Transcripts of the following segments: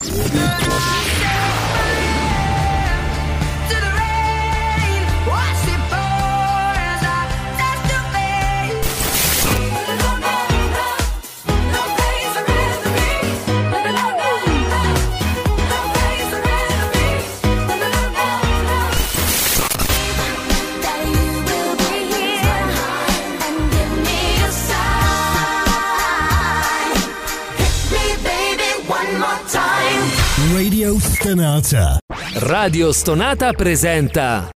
Radio Stonata. Radio Stonata presenta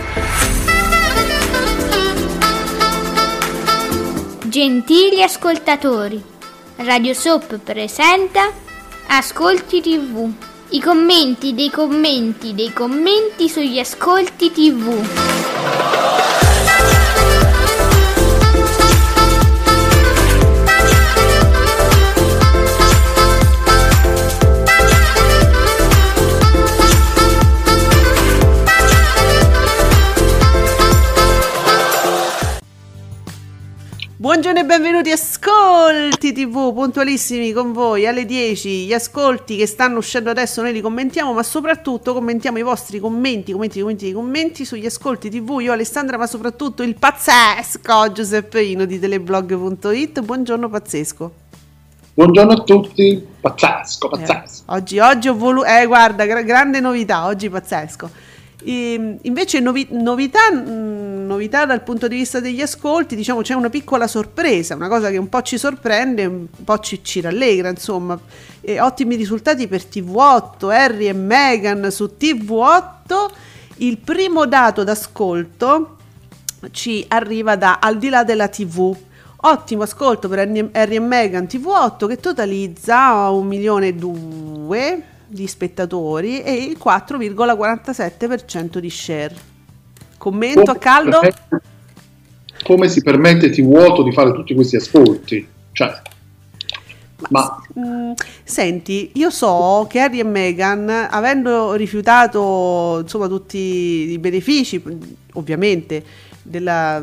Gentili ascoltatori, Radio Soap presenta Ascolti TV. I commenti dei commenti dei commenti sugli ascolti TV. Buongiorno e benvenuti a Ascolti TV, puntualissimi con voi alle 10. Gli ascolti che stanno uscendo adesso noi li commentiamo, ma soprattutto commentiamo i vostri commenti sugli ascolti TV. Io Alessandra, ma soprattutto il pazzesco Giuseppino di teleblog.it. Buongiorno pazzesco. Buongiorno a tutti, pazzesco. Oggi ho voluto, guarda, grande novità, oggi pazzesco. Invece novità dal punto di vista degli ascolti, diciamo c'è una piccola sorpresa, una cosa che un po' ci sorprende, un po' ci rallegra, insomma. Ottimi risultati per TV8, Harry e Meghan su TV8. Il primo dato d'ascolto ci arriva da Al di là della TV. Ottimo ascolto per Harry e Meghan TV8 che totalizza 1,2 milioni di spettatori e il 4,47% di share. Commento a caldo? Come si permette TV8 di fare tutti questi ascolti? Senti, io so che Harry e Meghan, avendo rifiutato insomma tutti i benefici, ovviamente, della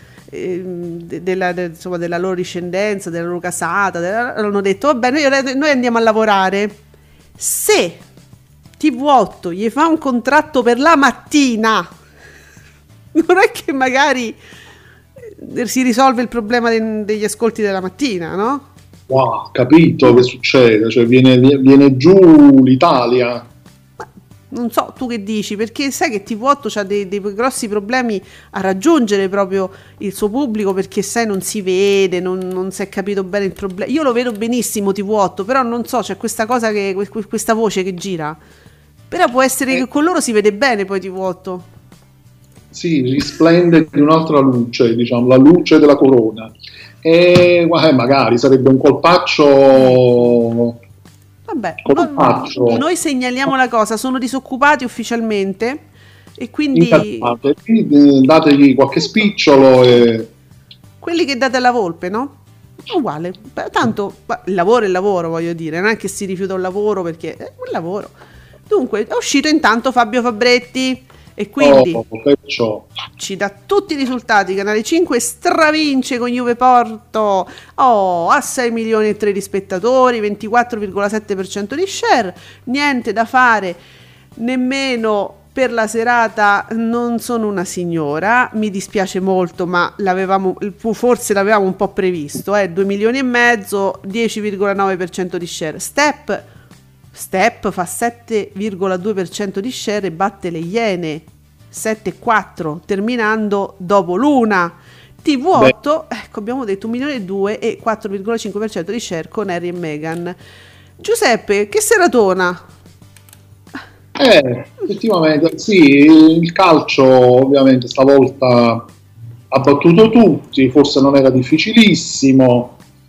loro discendenza, della loro casata, hanno detto vabbè, noi andiamo a lavorare. Se TV8 gli fa un contratto per la mattina, non è che magari si risolve il problema degli ascolti della mattina, no? Wow, capito che succede? Cioè viene giù l'Italia. Non so, tu che dici? Perché sai che TV8 ha dei grossi problemi a raggiungere proprio il suo pubblico, perché sai non si vede, non si è capito bene il problema. Io lo vedo benissimo TV8, però non so, c'è questa cosa questa voce che gira. Però può essere che con loro si vede bene poi TV8. Sì, risplende di un'altra luce, diciamo, la luce della corona. E magari sarebbe un colpaccio. Vabbè, noi segnaliamo la cosa, sono disoccupati ufficialmente e quindi dategli qualche spicciolo e... Quelli che date alla volpe, no? Uguale. Beh, tanto il lavoro è il lavoro, voglio dire, non è che si rifiuta un lavoro perché è un lavoro. Dunque, è uscito intanto Fabio Fabretti e quindi ci dà tutti i risultati. Canale 5 stravince con Juve Porto a 6 milioni e 3 di spettatori, 24,7% di share. Niente da fare nemmeno per la serata. Non sono una signora, mi dispiace molto, ma forse l'avevamo un po' previsto, 2 milioni e mezzo, 10,9% di share. Step fa 7,2% di share e batte le Iene 7,4, terminando dopo l'una. TV8, ecco, abbiamo detto 1,2 milioni e 4,5% di share con Harry e Meghan. Giuseppe, che seratona? Effettivamente, sì, il calcio ovviamente stavolta ha battuto tutti, forse non era difficilissimo.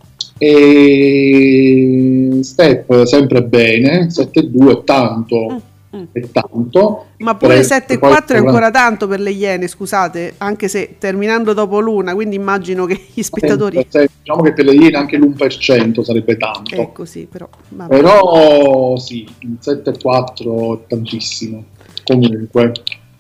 E Step sempre bene, 7,2 è tanto, è tanto, ma pure 7,4 è ancora tanto per le Iene, scusate, anche se terminando dopo l'una, quindi immagino che gli spettatori diciamo che per le Iene anche l'1% sarebbe tanto, ecco, sì, però sì, 7,4 è tantissimo comunque.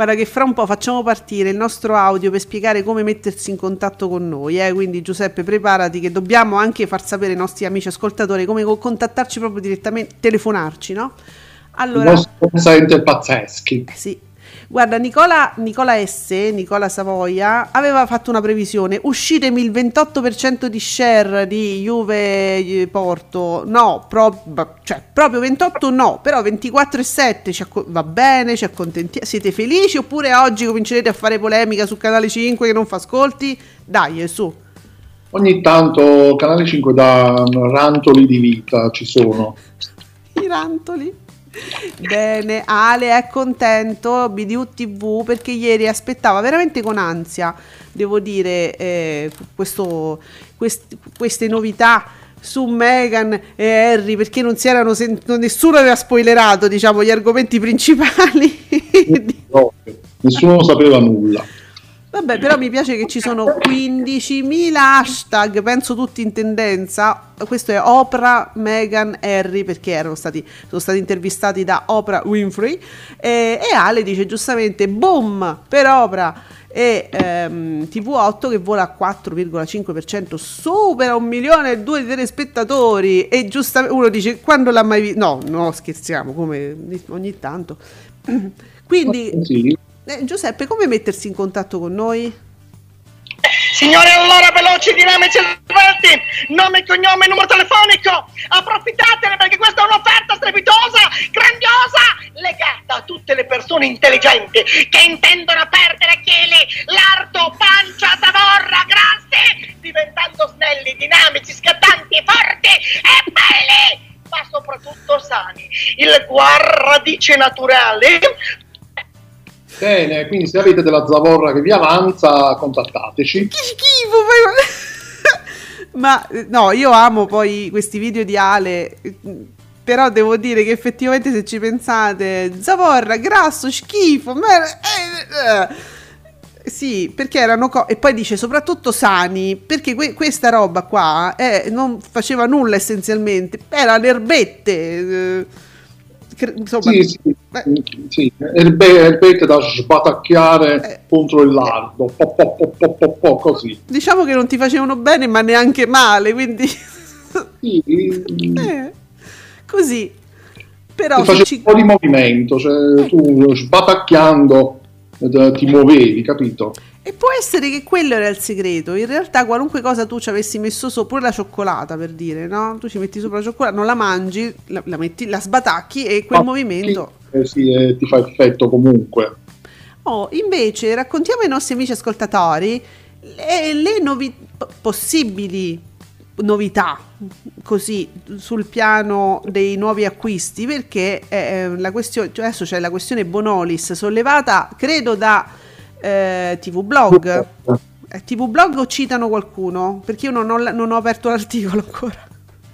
Guarda che fra un po' facciamo partire il nostro audio per spiegare come mettersi in contatto con noi, quindi Giuseppe preparati che dobbiamo anche far sapere ai nostri amici ascoltatori come contattarci proprio direttamente, telefonarci, no? Allora, siete pazzeschi. Sì. Guarda, Nicola Savoia aveva fatto una previsione: uscitemi il 28% di share di Juve Porto, no, proprio 28 no, però 24,7 va bene, ci accontentiamo, siete felici oppure oggi comincerete a fare polemica su Canale 5 che non fa ascolti? Dai, su. Ogni tanto Canale 5 dà rantoli di vita, ci sono. I rantoli. Bene, Ale è contento, BDU TV, perché ieri aspettava veramente con ansia, devo dire, queste novità su Meghan e Harry, perché non si erano nessuno aveva spoilerato, diciamo, gli argomenti principali. No, nessuno sapeva nulla. Vabbè, però mi piace che ci sono 15.000 hashtag, penso tutti in tendenza. Questo è Oprah, Meghan, Harry, perché sono stati intervistati da Oprah Winfrey, e Ale dice giustamente boom per Oprah e TV8 che vola a 4,5%, supera 1,2 milioni di telespettatori, e giustamente uno dice quando l'ha mai visto? No, scherziamo, come ogni tanto. Quindi sì. Giuseppe, come mettersi in contatto con noi? Signore, allora, veloci, dinamici, svelti, nome, cognome, numero telefonico, approfittatene perché questa è un'offerta strepitosa, grandiosa, legata a tutte le persone intelligenti che intendono perdere chili, lardo, pancia, zavorra, grassi, diventando snelli, dinamici, scattanti, forti e belli, ma soprattutto sani. Il guarradice naturale. Bene, quindi se avete della zavorra che vi avanza, contattateci. Che schifo! Ma no, io amo poi questi video di Ale, però devo dire che effettivamente se ci pensate, zavorra, grasso, schifo, sì, perché erano e poi dice soprattutto sani, perché questa roba qua non faceva nulla essenzialmente, era le erbette, insomma, sì, erbette da sbatacchiare contro il lardo, così. Diciamo che non ti facevano bene ma neanche male, quindi sì. Così. Però facevi un po' di movimento, cioè tu sbatacchiando ti muovevi, capito? E può essere che quello era il segreto. In realtà qualunque cosa tu ci avessi messo sopra, pure la cioccolata, per dire, no? Tu ci metti sopra la cioccolata, non la mangi, la metti, la sbatacchi e quel movimento sì, ti fa effetto comunque. Invece raccontiamo ai nostri amici ascoltatori le possibili novità, così, sul piano dei nuovi acquisti, perché la questione, cioè adesso c'è la questione Bonolis sollevata, credo da TV Blog. TV Blog o citano qualcuno? Perché io non ho aperto l'articolo ancora.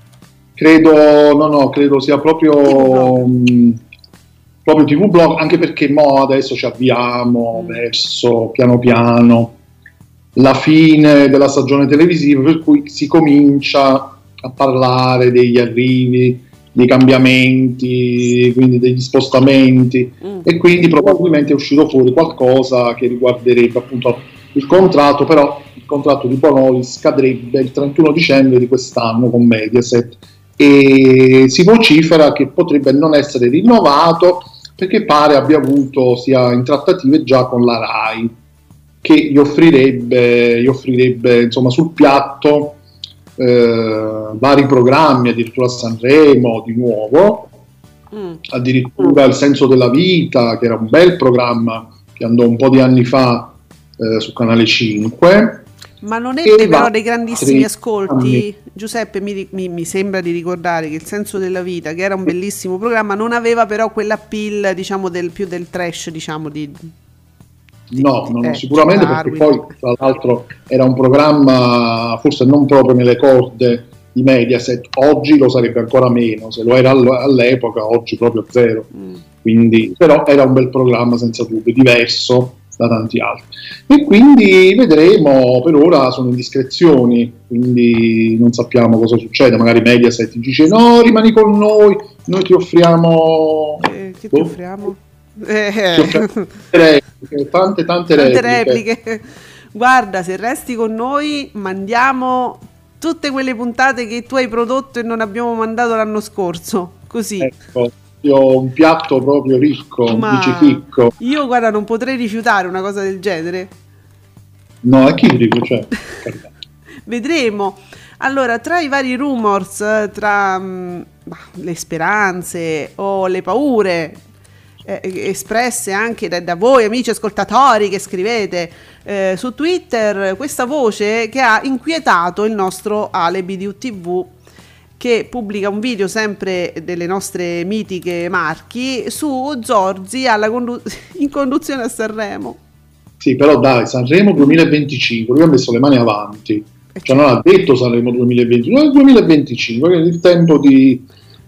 Credo sia proprio TV Blog, anche perché adesso ci avviamo verso piano piano la fine della stagione televisiva, per cui si comincia a parlare degli arrivi, dei cambiamenti, quindi degli spostamenti, e quindi probabilmente è uscito fuori qualcosa che riguarderebbe appunto il contratto, però il contratto di Bonolis scadrebbe il 31 dicembre di quest'anno con Mediaset e si vocifera che potrebbe non essere rinnovato perché pare abbia avuto sia in trattative già con la RAI, che gli offrirebbe insomma sul piatto vari programmi, addirittura Sanremo di nuovo, addirittura Il senso della vita, che era un bel programma che andò un po' di anni fa su Canale 5. Ma non ebbe però dei grandissimi ascolti. Giuseppe, mi sembra di ricordare che Il senso della vita, che era un bellissimo programma, non aveva però quell'appeal, diciamo, più del trash, diciamo, sicuramente, perché poi tra l'altro era un programma forse non proprio nelle corde di Mediaset, oggi lo sarebbe ancora meno, se lo era all'epoca, oggi proprio zero. Quindi, però era un bel programma senza dubbio, diverso da tanti altri, e quindi vedremo. Per ora sono indiscrezioni, quindi non sappiamo cosa succede. Magari Mediaset dice no, rimani con noi ti offriamo che ti offriamo? tante repliche. Guarda, se resti con noi mandiamo tutte quelle puntate che tu hai prodotto e non abbiamo mandato l'anno scorso, così. Ecco, io ho un piatto proprio ricco, chicco. Io, guarda, non potrei rifiutare una cosa del genere. No, è chi dico, cioè. Vedremo. Allora, tra i vari rumors, tra le speranze o le paure espresse anche da voi amici ascoltatori che scrivete su Twitter, questa voce che ha inquietato il nostro Alibi di UTV, che pubblica un video sempre delle nostre mitiche Marchi su Zorzi in conduzione a Sanremo. Sì, però dai, Sanremo 2025, lui ha messo le mani avanti, cioè non ha detto Sanremo 2025, no, 2025, è il tempo di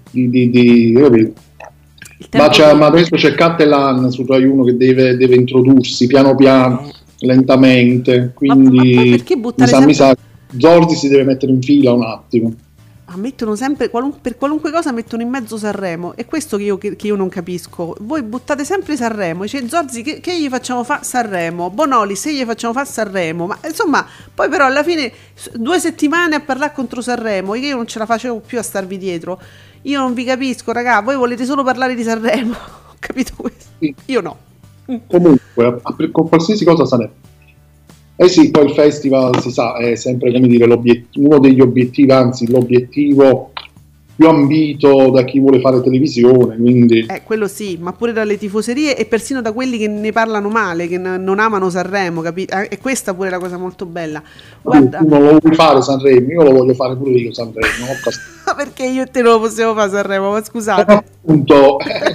ma adesso c'è Cattelan su Rai 1 che deve introdursi piano lentamente, quindi perché buttare mi sa Zorzi si deve mettere in fila un attimo. Mettono sempre per qualunque cosa mettono in mezzo Sanremo, è questo che io non capisco. Voi buttate sempre Sanremo, dice Zorzi che gli facciamo fare Sanremo, Bonoli se gli facciamo fare Sanremo, ma insomma poi però alla fine 2 settimane a parlare contro Sanremo, io non ce la facevo più a starvi dietro. Io non vi capisco, raga, voi volete solo parlare di Sanremo, ho capito questo? Sì. Io no. Comunque con qualsiasi cosa Sanremo. Eh sì, poi il festival si sa è sempre, come dire, uno degli obiettivi, anzi l'obiettivo più ambito da chi vuole fare televisione, quindi quello sì, ma pure dalle tifoserie e persino da quelli che ne parlano male, che non amano Sanremo, capito? E questa pure è la cosa molto bella. Guarda, tu non lo vuoi fare Sanremo, io lo voglio fare pure io Sanremo, no? Perché io e te non lo possiamo fare Sanremo, ma scusate. Appunto,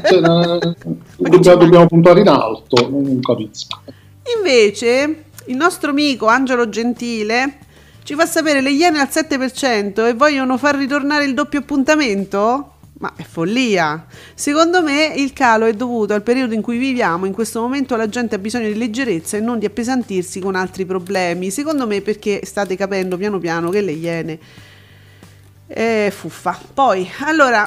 dobbiamo puntare in alto, non capisco. Invece il nostro amico Angelo Gentile ci fa sapere le Iene al 7% e vogliono far ritornare il doppio appuntamento? Ma è follia! Secondo me il calo è dovuto al periodo in cui viviamo. In questo momento la gente ha bisogno di leggerezza e non di appesantirsi con altri problemi. Secondo me perché state capendo piano piano che le Iene fuffa. Poi allora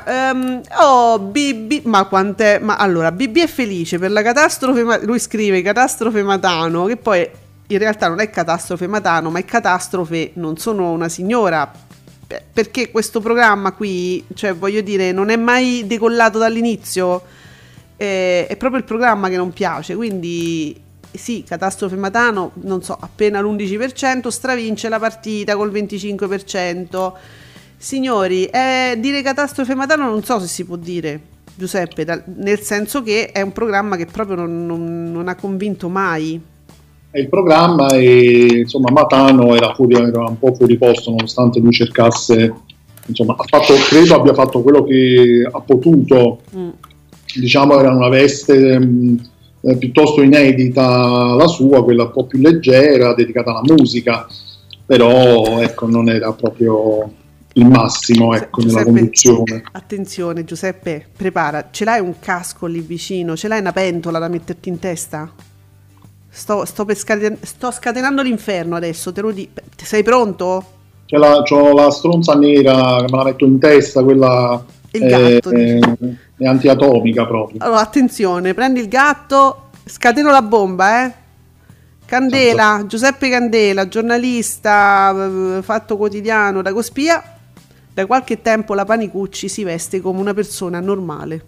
Bibi, ma quant'è? Ma allora Bibi è felice per la catastrofe, lui scrive catastrofe Matano, che poi in realtà non è catastrofe Matano, ma è catastrofe non sono una signora, perché questo programma qui, cioè voglio dire, non è mai decollato dall'inizio, è proprio il programma che non piace, quindi sì, catastrofe Matano, non so, appena l'11%, stravince la partita col 25%. Signori, dire catastrofe Matano non so se si può dire, Giuseppe, nel senso che è un programma che proprio non ha convinto mai. Il programma e insomma Matano era un po' fuori posto, nonostante lui cercasse, insomma credo abbia fatto quello che ha potuto, diciamo era una veste piuttosto inedita la sua, quella un po' più leggera, dedicata alla musica, però ecco non era proprio il massimo, ecco, nella conduzione. Attenzione Giuseppe, prepara, ce l'hai un casco lì vicino, ce l'hai una pentola da metterti in testa? Sto scatenando l'inferno adesso, te lo dico. Sei pronto? C'ho la stronza nera, me la metto in testa, quella il gatto, è antiatomica proprio. Allora attenzione, prendi il gatto, scateno la bomba, Candela, Giuseppe Candela, giornalista, Fatto Quotidiano, da Cospia. Da qualche tempo la Panicucci si veste come una persona normale.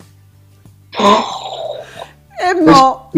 E mo,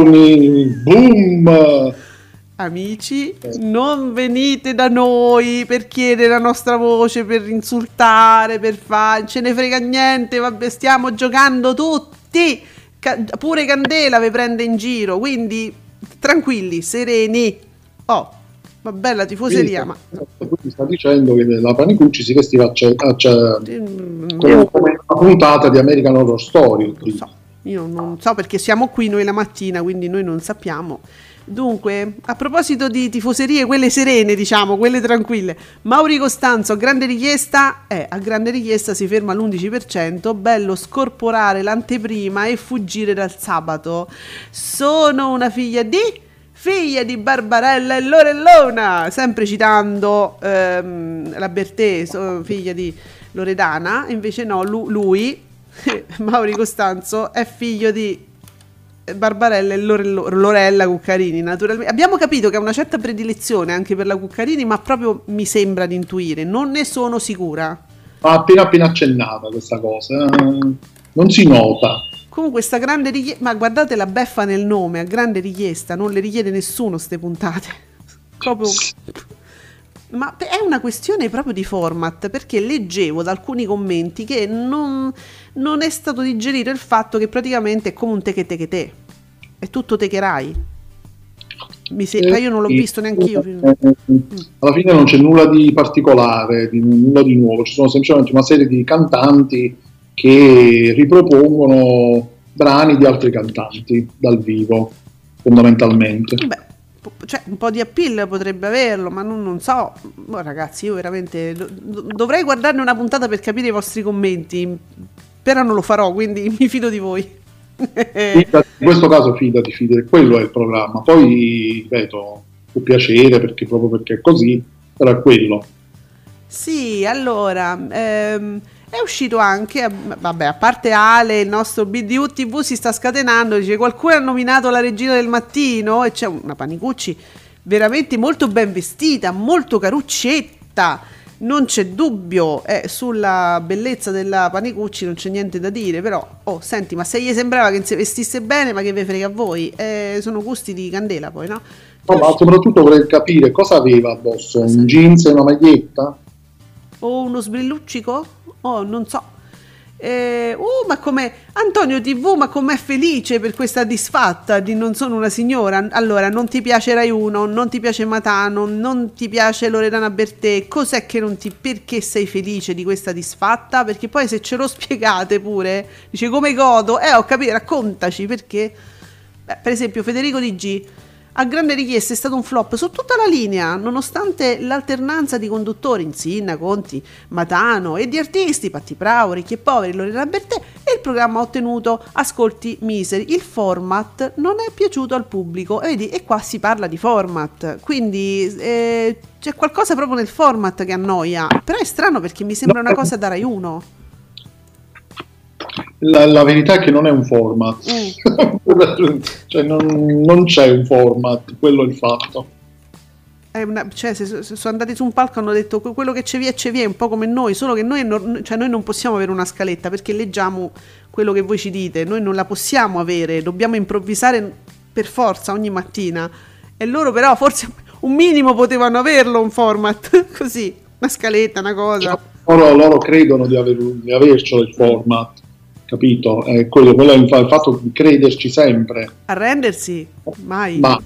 boom! Amici, non venite da noi per chiedere la nostra voce, per insultare, per fare, ce ne frega niente, vabbè, stiamo giocando tutti, pure Candela vi prende in giro, quindi tranquilli, sereni. Oh, vabbè, la tifoseria, ma quindi sta dicendo che la Panicucci si vestiva come una puntata di American Horror Story. Io non so perché siamo qui noi la mattina, quindi noi non sappiamo. Dunque, a proposito di tifoserie, quelle serene, diciamo, quelle tranquille, Mauri Costanzo, a grande richiesta si ferma all'11%, bello scorporare l'anteprima e fuggire dal sabato. Sono una figlia di Barbarella e Lorellona, sempre citando la Bertè, figlia di Loredana, invece no, lui Mauri Costanzo è figlio di Barbarella e Lorella Cuccarini, naturalmente. Abbiamo capito che ha una certa predilezione anche per la Cuccarini, ma proprio mi sembra di intuire, non ne sono sicura. Ma appena accennata questa cosa, non si nota. Comunque sta grande richiesta, ma guardate la beffa nel nome, a grande richiesta, non le richiede nessuno ste puntate. Proprio... Ma è una questione proprio di format, perché leggevo da alcuni commenti che non è stato digerito il fatto che praticamente è come un te, è tutto techerai. Io non l'ho visto neanche io. Alla fine non c'è nulla di particolare, nulla di nuovo, ci sono semplicemente una serie di cantanti che ripropongono brani di altri cantanti dal vivo, fondamentalmente. Beh, cioè, un po' di appeal potrebbe averlo, ma non so. Ragazzi, io veramente dovrei guardarne una puntata per capire i vostri commenti, però non lo farò, quindi mi fido di voi. In questo caso fidati, quello è il programma. Poi ripeto, può piacere proprio perché è così, però è quello. Sì, allora è uscito anche, vabbè, a parte Ale, il nostro BDU TV si sta scatenando, dice qualcuno ha nominato la regina del mattino, e c'è una Panicucci veramente molto ben vestita, molto caruccetta, non c'è dubbio, sulla bellezza della Panicucci non c'è niente da dire, però senti, ma se gli sembrava che si vestisse bene, ma che ve frega a voi, sono gusti di candela poi, no? No, ma soprattutto vorrei capire cosa aveva addosso, un jeans e una maglietta? O uno sbrilluccico? Non so. Ma come Antonio TV, ma com'è felice per questa disfatta di Non sono una signora. Allora, non ti piace Rai 1, non ti piace Matano, non ti piace Loredana Bertè, cos'è che perché sei felice di questa disfatta? Perché poi se ce lo spiegate pure, dice come godo, ho capito, raccontaci perché. Per esempio Federico DG, a grande richiesta è stato un flop su tutta la linea, nonostante l'alternanza di conduttori Insinna, Conti, Matano e di artisti, Patti Bravo, Ricchi e Poveri, Lorena Bertè, e il programma ha ottenuto ascolti miseri. Il format non è piaciuto al pubblico, e qua si parla di format, quindi c'è qualcosa proprio nel format che annoia, però è strano perché mi sembra una cosa da Rai 1. La verità è che non è un format, cioè non c'è un format, quello è il fatto. Cioè, se sono andati su un palco hanno detto quello che c'è via, è un po' come noi, solo che noi non possiamo avere una scaletta perché leggiamo quello che voi ci dite, noi non la possiamo avere, dobbiamo improvvisare per forza ogni mattina, e loro però forse un minimo potevano averlo un format così, una scaletta, una cosa. Loro credono di avercelo il format. Capito? Quello è il fatto di crederci sempre. Arrendersi? Mai. Ma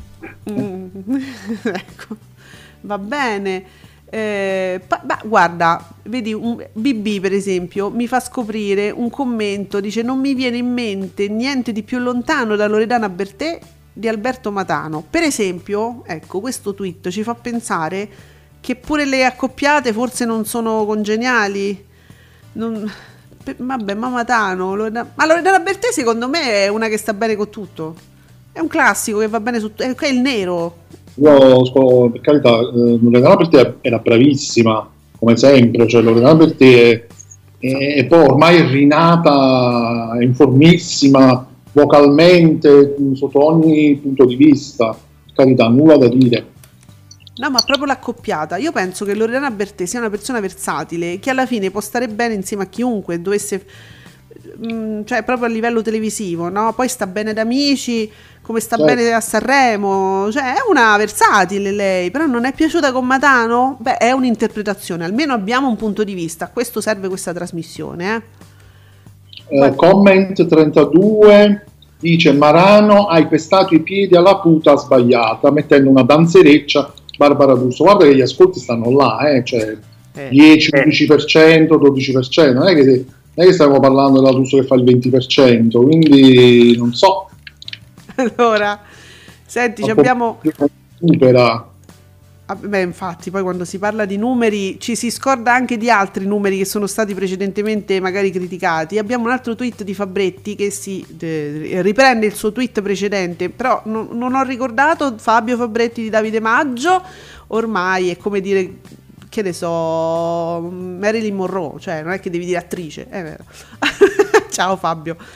ecco, va bene. Guarda, vedi, BB per esempio mi fa scoprire un commento, dice non mi viene in mente niente di più lontano da Loredana Bertè di Alberto Matano. Per esempio, ecco, questo tweet ci fa pensare che pure le accoppiate forse non sono congeniali. Vabbè, ma Matano, ma Loredana Bertè secondo me è una che sta bene con tutto, è un classico che va bene su tutto, è il nero. Io, per carità, Loredana Bertè era bravissima come sempre, cioè Loredana Bertè è poi ormai è rinata, è informissima vocalmente sotto ogni punto di vista, per carità, nulla da dire. No, ma proprio l'accoppiata. Io penso che Loredana Bertè sia una persona versatile, che alla fine può stare bene insieme a chiunque, dovesse, cioè proprio a livello televisivo, no? Poi sta bene da Amici, come sta bene a Sanremo, cioè è una versatile lei, però non è piaciuta con Matano? Beh, è un'interpretazione, almeno abbiamo un punto di vista, a questo serve questa trasmissione, Comment 32 dice Marano hai pestato i piedi alla puta sbagliata mettendo una danzereccia Barbara D'Urso. Guarda che gli ascolti stanno là, cioè 10, 11%, 12%, non è che stiamo parlando della D'Urso che fa il 20%, quindi non so. Allora, senti, abbiamo... Supera. Beh, infatti, poi quando si parla di numeri ci si scorda anche di altri numeri che sono stati precedentemente magari criticati. Abbiamo un altro tweet di Fabretti che si riprende il suo tweet precedente, però non ho ricordato Fabio Fabretti di Davide Maggio, ormai è come dire, che ne so, Marilyn Monroe, cioè non è che devi dire attrice, è vero. Ciao Fabio.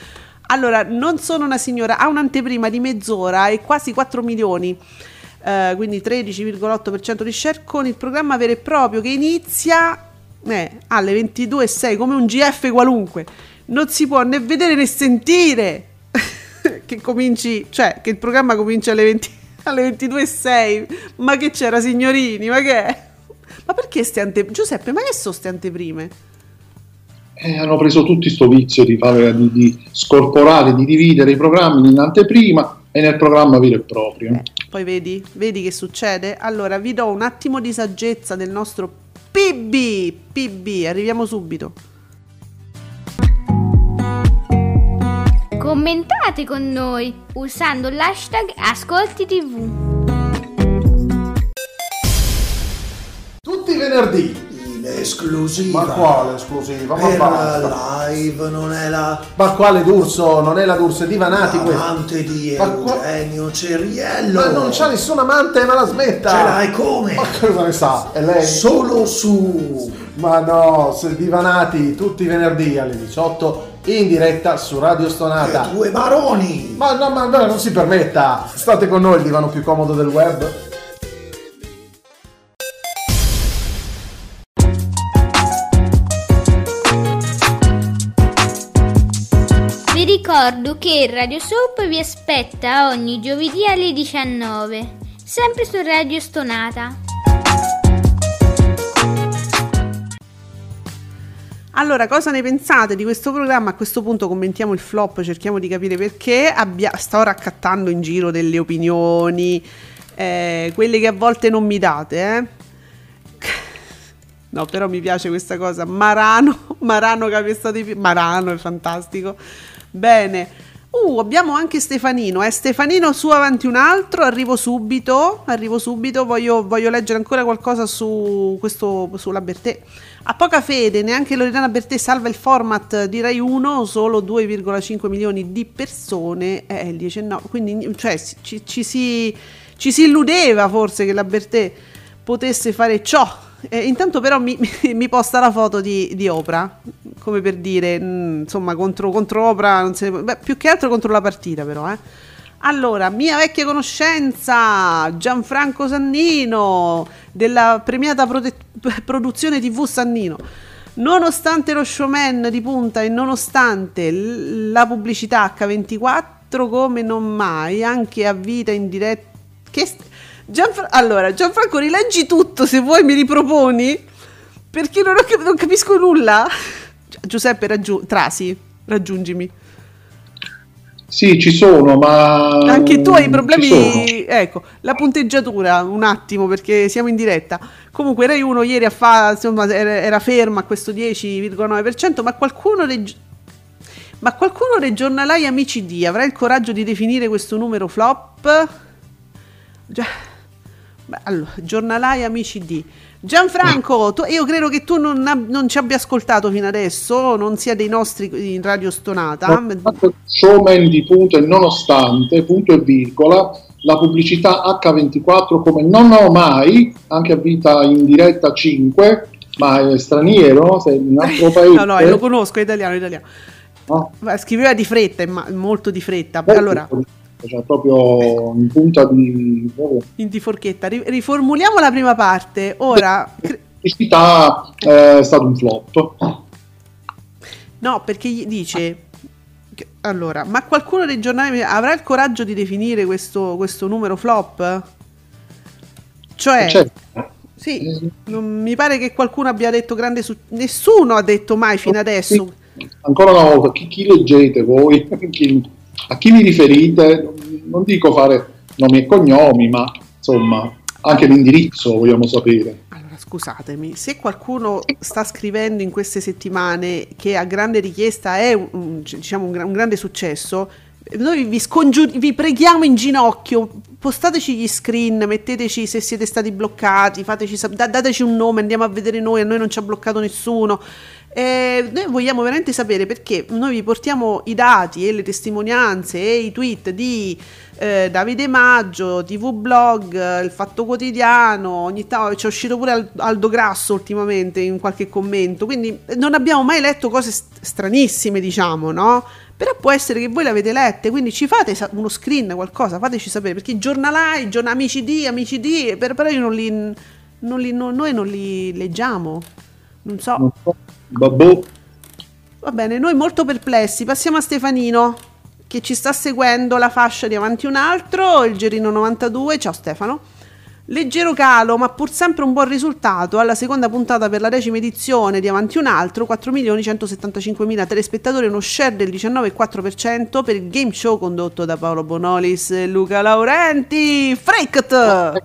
Allora, non sono una signora, ha un'anteprima di mezz'ora e quasi 4 milioni, quindi 13,8% di share, con il programma vero e proprio che inizia alle 22:06 come un GF qualunque. Non si può né vedere né sentire che cominci, cioè che il programma comincia alle 22:06. Ma che c'era, signorini? Ma che è? Ma perché Giuseppe, ma che sono ste anteprime? Hanno preso tutti sto vizio di scorporare, di dividere i programmi in anteprima e nel programma vero e proprio. Poi vedi che succede? Allora vi do un attimo di saggezza del nostro PB, arriviamo subito. Commentate con noi usando l'hashtag Ascolti TV. Tutti i venerdì in esclusiva. Ma quale esclusiva? Ma Per basta. la live non è la... Ma quale D'Urso? Non è la D'Urso, è Divanati questo. Amante di Ma Eugenio Ceriello. Ma non c'ha nessun amante, ma la smetta. Ce l'hai come? Ma cosa ne sa? E lei? Solo su... Ma no, se Divanati tutti i venerdì alle 18 in diretta su Radio Stonata. Due baroni. Ma no, non si permetta. State con noi, il divano più comodo del web. Vi ricordo che Radio Soap vi aspetta ogni giovedì alle 19, sempre su Radio Stonata. Allora, cosa ne pensate di questo programma? A questo punto commentiamo il flop, cerchiamo di capire perché. Sto raccattando in giro delle opinioni, quelle che a volte non mi date, No, però mi piace questa cosa. Marano capesta di più. Marano è fantastico. Bene. Abbiamo anche Stefanino. Stefanino, su avanti un altro. Arrivo subito. Voglio leggere ancora qualcosa su questo, sulla Bertè. A poca fede, neanche Loredana Bertè salva il format di Rai 1, solo 2,5 milioni di persone, il 19, quindi cioè, ci si illudeva forse che la Bertè potesse fare ciò. Intanto però mi posta la foto di Oprah, come per dire, insomma, contro Oprah, non se ne, più che altro contro la partita però, Allora, mia vecchia conoscenza, Gianfranco Sannino, della premiata produzione TV Sannino. Nonostante lo showman di punta e nonostante la pubblicità H24 come non mai, anche a vita in diretta... Allora, Gianfranco, rileggi tutto se vuoi, mi riproponi? Perché non capisco nulla. Giuseppe, Trasi, raggiungimi. Sì, ci sono, ma... Anche tu hai problemi, ecco, la punteggiatura, un attimo, perché siamo in diretta. Comunque Rai 1 ieri era ferma a questo 10,9%, ma qualcuno dei giornalai amici D avrà il coraggio di definire questo numero flop? Allora, giornalai amici D. Gianfranco, io credo che tu non ci abbia ascoltato fino adesso, non sia dei nostri in Radio Stonata. Showman di punto e nonostante, punto e virgola, la pubblicità H24 come non ho mai, anche a vita in diretta 5, ma è straniero, sei in un altro paese. No, lo conosco, è italiano. No? Scriveva di fretta, molto di fretta. Allora... Cioè proprio in punta di forchetta. Riformuliamo la prima parte. Ora pubblicità è stato un flop. No, perché dice allora, ma qualcuno dei giornali avrà il coraggio di definire questo numero flop? Cioè sì, non mi pare che qualcuno abbia detto grande nessuno ha detto mai fino adesso. Ancora una volta, chi leggete voi? A chi vi riferite? Non dico fare nomi e cognomi, ma insomma anche l'indirizzo vogliamo sapere. Allora, scusatemi, se qualcuno sta scrivendo in queste settimane che a grande richiesta è un grande successo, noi vi preghiamo in ginocchio, postateci gli screen, metteteci se siete stati bloccati, dateci un nome, andiamo a vedere noi, a noi non ci ha bloccato nessuno. Noi vogliamo veramente sapere, perché noi vi portiamo i dati e le testimonianze e i tweet di Davide Maggio, TV Blog, Il Fatto Quotidiano, ogni tanto c'è uscito pure Aldo Grasso ultimamente in qualche commento, quindi non abbiamo mai letto cose stranissime, diciamo, no? Però può essere che voi l'avete lette, quindi ci fate uno screen, qualcosa, fateci sapere, perché i giornalai, amici di, però io noi non li leggiamo, non so. Babbo. Va bene, noi molto perplessi, passiamo a Stefanino, che ci sta seguendo la fascia di Avanti un altro, il Gerino 92, ciao Stefano. Leggero calo, ma pur sempre un buon risultato. Alla seconda puntata per la 10ª edizione di Avanti un altro, 4.175.000 telespettatori, uno share del 19,4% per il game show condotto da Paolo Bonolis e Luca Laurenti. Freakt!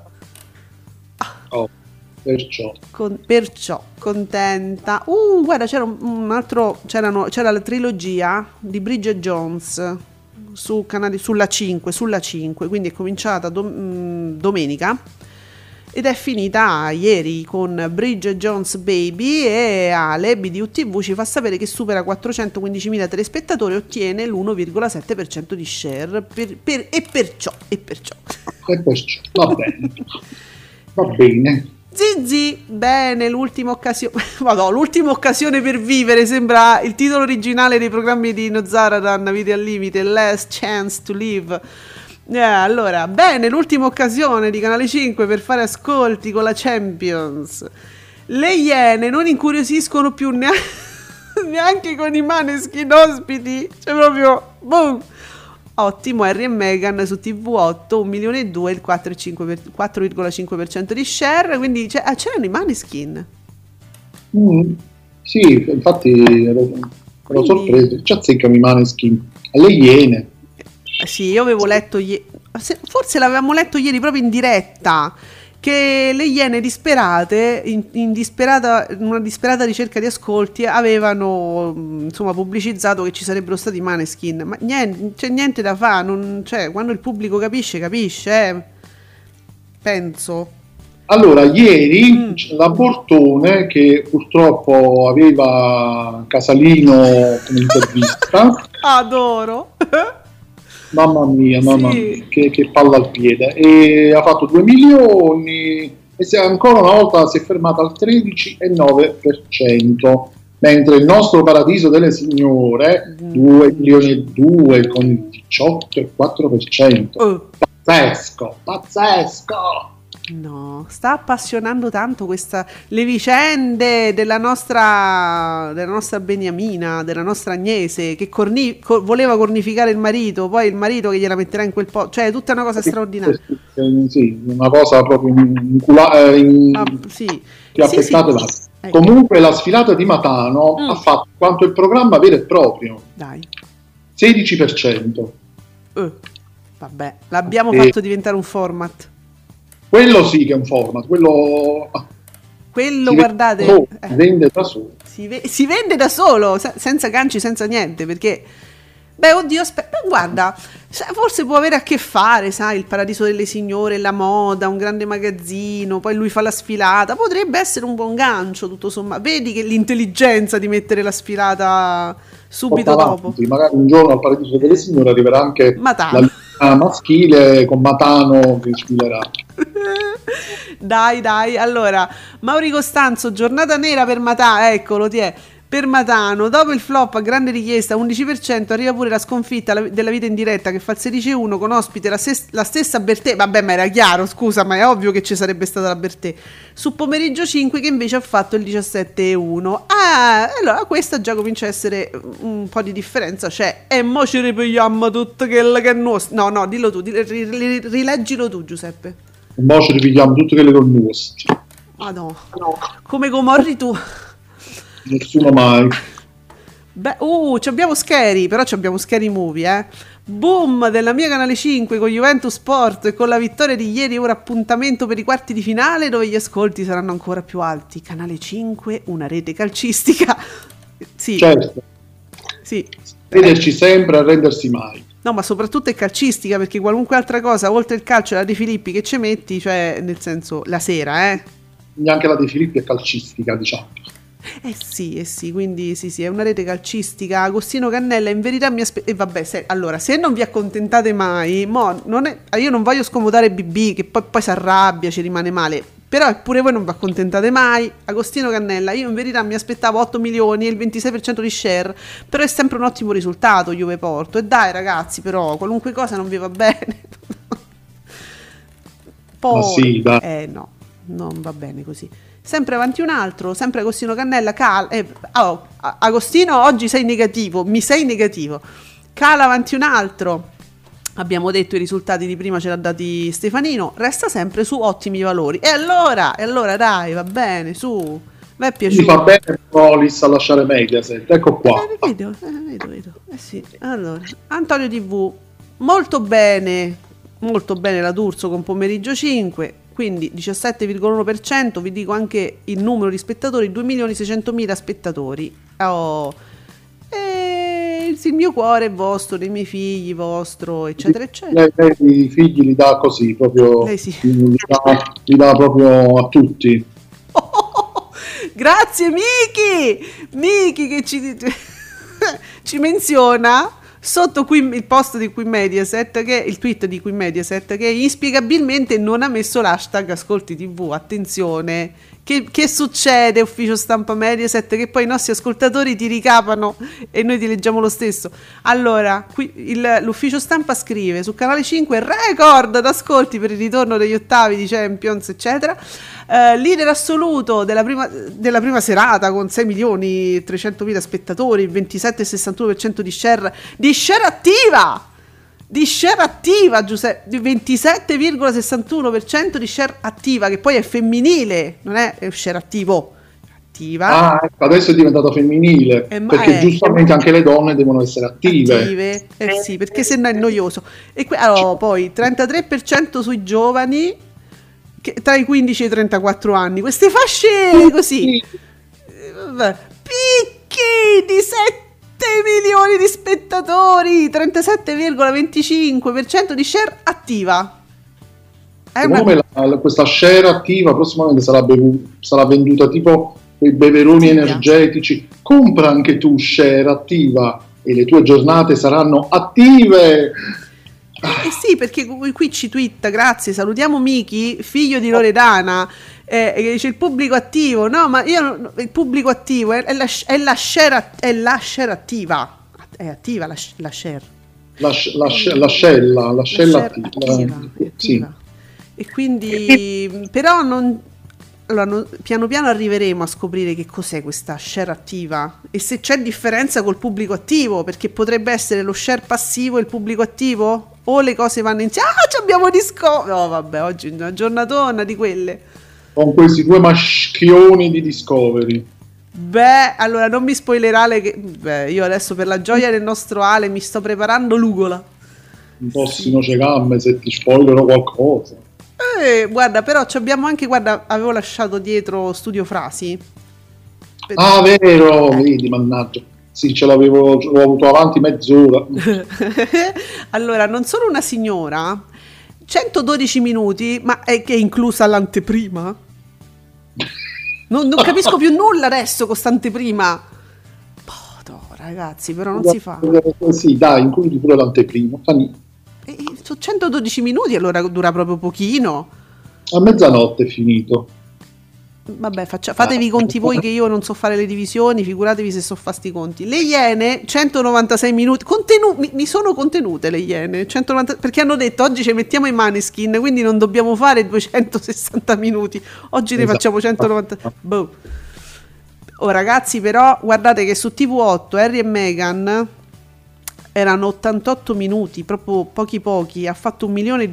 Perciò contenta. Guarda, c'era la trilogia di Bridget Jones sulla 5, quindi è cominciata domenica ed è finita ieri con Bridget Jones Baby, e Ale BDUTV ci fa sapere che supera 415.000 telespettatori e ottiene l'1,7% di share e perciò va bene. Zizi, bene, l'ultima occasione per vivere, sembra il titolo originale dei programmi di Nozaradan, Vite al limite, Last Chance to Live. Allora, bene, l'ultima occasione di Canale 5 per fare ascolti con la Champions. Le Iene non incuriosiscono più neanche con i Maneskin ospiti, cioè proprio boom. Ottimo, Harry e Meghan su TV8, 1.2 milioni, il 4,5% di share, quindi c'erano i Maneskin. Sì, infatti ero sorpreso, ci azzeccano i Maneskin alle Iene. Sì, io avevo letto forse l'avevamo letto ieri proprio in diretta, che le Iene disperate, in una disperata ricerca di ascolti, avevano insomma pubblicizzato che ci sarebbero stati i Maneskin, ma c'è niente da fare, cioè, quando il pubblico capisce, penso. Allora, ieri la Bortone, che purtroppo aveva Casalino come intervista, adoro. Mamma mia, che palla al piede, e ha fatto 2 milioni e ancora una volta si è fermata al 13,9%, mentre il nostro Paradiso delle Signore 2 milioni e 2 con il 18,4%. Pazzesco! No, sta appassionando tanto le vicende della nostra Beniamina, della nostra Agnese, che voleva cornificare il marito, poi il marito che gliela metterà in quel posto, cioè tutta una cosa straordinaria. Sì, una cosa proprio sì. Ecco. Comunque la sfilata di Matano ha fatto quanto il programma vero e proprio. Dai. 16%. Vabbè, l'abbiamo fatto diventare un format. Quello sì che è un format, quello guardate, vende da solo. Si vende da solo, senza ganci, senza niente, perché guarda, forse può avere a che fare, sai, il Paradiso delle Signore, la moda, un grande magazzino, poi lui fa la sfilata, potrebbe essere un buon gancio, tutto sommato. Vedi che l'intelligenza di mettere la sfilata subito dopo. Magari un giorno al Paradiso delle Signore arriverà anche Matano. La maschile con Matano che sfilerà. Dai, allora Mauri Costanzo, giornata nera per Matano, eccolo, per Matano, dopo il flop a grande richiesta 11%, arriva pure la sconfitta della vita in diretta che fa il 16,1 con ospite la stessa Bertè. Vabbè, ma era chiaro, scusa, ma è ovvio che ci sarebbe stata la Bertè. Su Pomeriggio 5 che invece ha fatto il 17,1. Allora questa già comincia a essere un po' di differenza, cioè, e mo ci ripigliamo tutto quello che è nostro. No, dillo tu, rileggilo tu, Giuseppe. E mo ci ripigliamo tutte quelle con nostre. Ma no, come comorri tu. Nessuno mai. Abbiamo Scary, però abbiamo Scary Movie, Boom della mia Canale 5 con Juventus Sport e con la vittoria di ieri, ora appuntamento per i quarti di finale dove gli ascolti saranno ancora più alti. Canale 5, una rete calcistica. Sì. Certo. Sì. Crederci sempre, arrendersi mai. No, ma soprattutto è calcistica, perché qualunque altra cosa, oltre il calcio e la De Filippi che ci metti, cioè, nel senso, la sera, Neanche la De Filippi è calcistica, diciamo. Sì, quindi sì, è una rete calcistica. Agostino Cannella, in verità mi aspetta. E vabbè, allora, se non vi accontentate mai, io non voglio scomodare BB, che poi si arrabbia, ci rimane male. Però eppure voi non vi accontentate mai. Agostino Cannella, io in verità mi aspettavo 8 milioni e il 26% di share, però è sempre un ottimo risultato Juve Porto. E dai ragazzi, però qualunque cosa non vi va bene. Poi sì, dai. no, non va bene così. Sempre avanti un altro, sempre Agostino Cannella, Agostino oggi sei negativo, mi sei negativo. Cala avanti un altro. Abbiamo detto i risultati di prima ce l'ha dati Stefanino, resta sempre su ottimi valori. E allora dai, va bene, su. Mi è piaciuto. Mi fa bene Polis a lasciare Mediaset, ecco qua. Vedo. Sì. Allora, Antonio TV, molto bene la D'Urso con Pomeriggio 5, quindi 17,1%, vi dico anche il numero di spettatori, 2.600.000 spettatori. Il mio cuore è vostro, dei miei figli, vostro, eccetera, eccetera. Lei i figli li dà così, proprio, lei sì. li dà proprio a tutti. Grazie Miki che ci menziona sotto qui il post di Qui Mediaset, che il tweet di Qui Mediaset, che inspiegabilmente non ha messo l'hashtag Ascolti TV. Attenzione, che succede ufficio stampa Mediaset, che poi i nostri ascoltatori ti ricapano e noi ti leggiamo lo stesso. Allora, qui l'ufficio stampa scrive su Canale 5 record d'ascolti per il ritorno degli ottavi di Champions, eccetera. Leader assoluto della prima serata con 6.300.000 spettatori, 27,61% di share attiva, Giuseppe, 27,61% di share attiva, che poi è femminile, non è share attivo, attiva. Ecco, adesso è diventato femminile, perché giustamente anche le donne devono essere attive. Sì, perché sennò è noioso. E poi 33% sui giovani, tra i 15 e i 34 anni, queste fasce così, picchi di 7 milioni di spettatori, 37,25% di share attiva. Secondo me questa share attiva prossimamente sarà venduta tipo quei beveroni energetici. Compra anche tu share attiva e le tue giornate saranno attive. Sì, perché qui ci twitta, grazie, salutiamo Miki, figlio di Loredana, che dice il pubblico attivo. No, ma il pubblico attivo è la share attiva. È attiva la share. La scella attiva. Sì. E quindi però piano piano arriveremo a scoprire che cos'è questa share attiva e se c'è differenza col pubblico attivo, perché potrebbe essere lo share passivo e il pubblico attivo, o le cose vanno insieme. Abbiamo Discovery. No, vabbè, oggi è una giornatona di quelle. Con questi due maschioni di Discovery. Allora non mi spoilerare io adesso per la gioia del nostro Ale mi sto preparando l'ugola. Un po' si noce gambe se ti spoilerò qualcosa. Guarda, però abbiamo anche, avevo lasciato dietro Studio Frasi. Vero, vedi, mannaggia. Sì, l'ho avuto avanti mezz'ora. Allora, non sono una signora, 112 minuti, ma è che è inclusa l'anteprima? Non capisco più nulla adesso con st'anteprima. No, ragazzi, però non si fa. Sì, dai, includi pure l'anteprima. Sono 112 minuti, allora dura proprio pochino. A mezzanotte è finito. Vabbè, fatevi i conti voi, che io non so fare le divisioni, figuratevi se so fare sti conti. Le Iene 196 minuti mi sono contenute le Iene 190, perché hanno detto oggi ci mettiamo i Maneskin, quindi non dobbiamo fare 260 minuti, oggi ne facciamo 190. Ragazzi, però guardate che su TV8 Harry e Meghan erano 88 minuti, proprio pochi, ha fatto 1,2 milioni,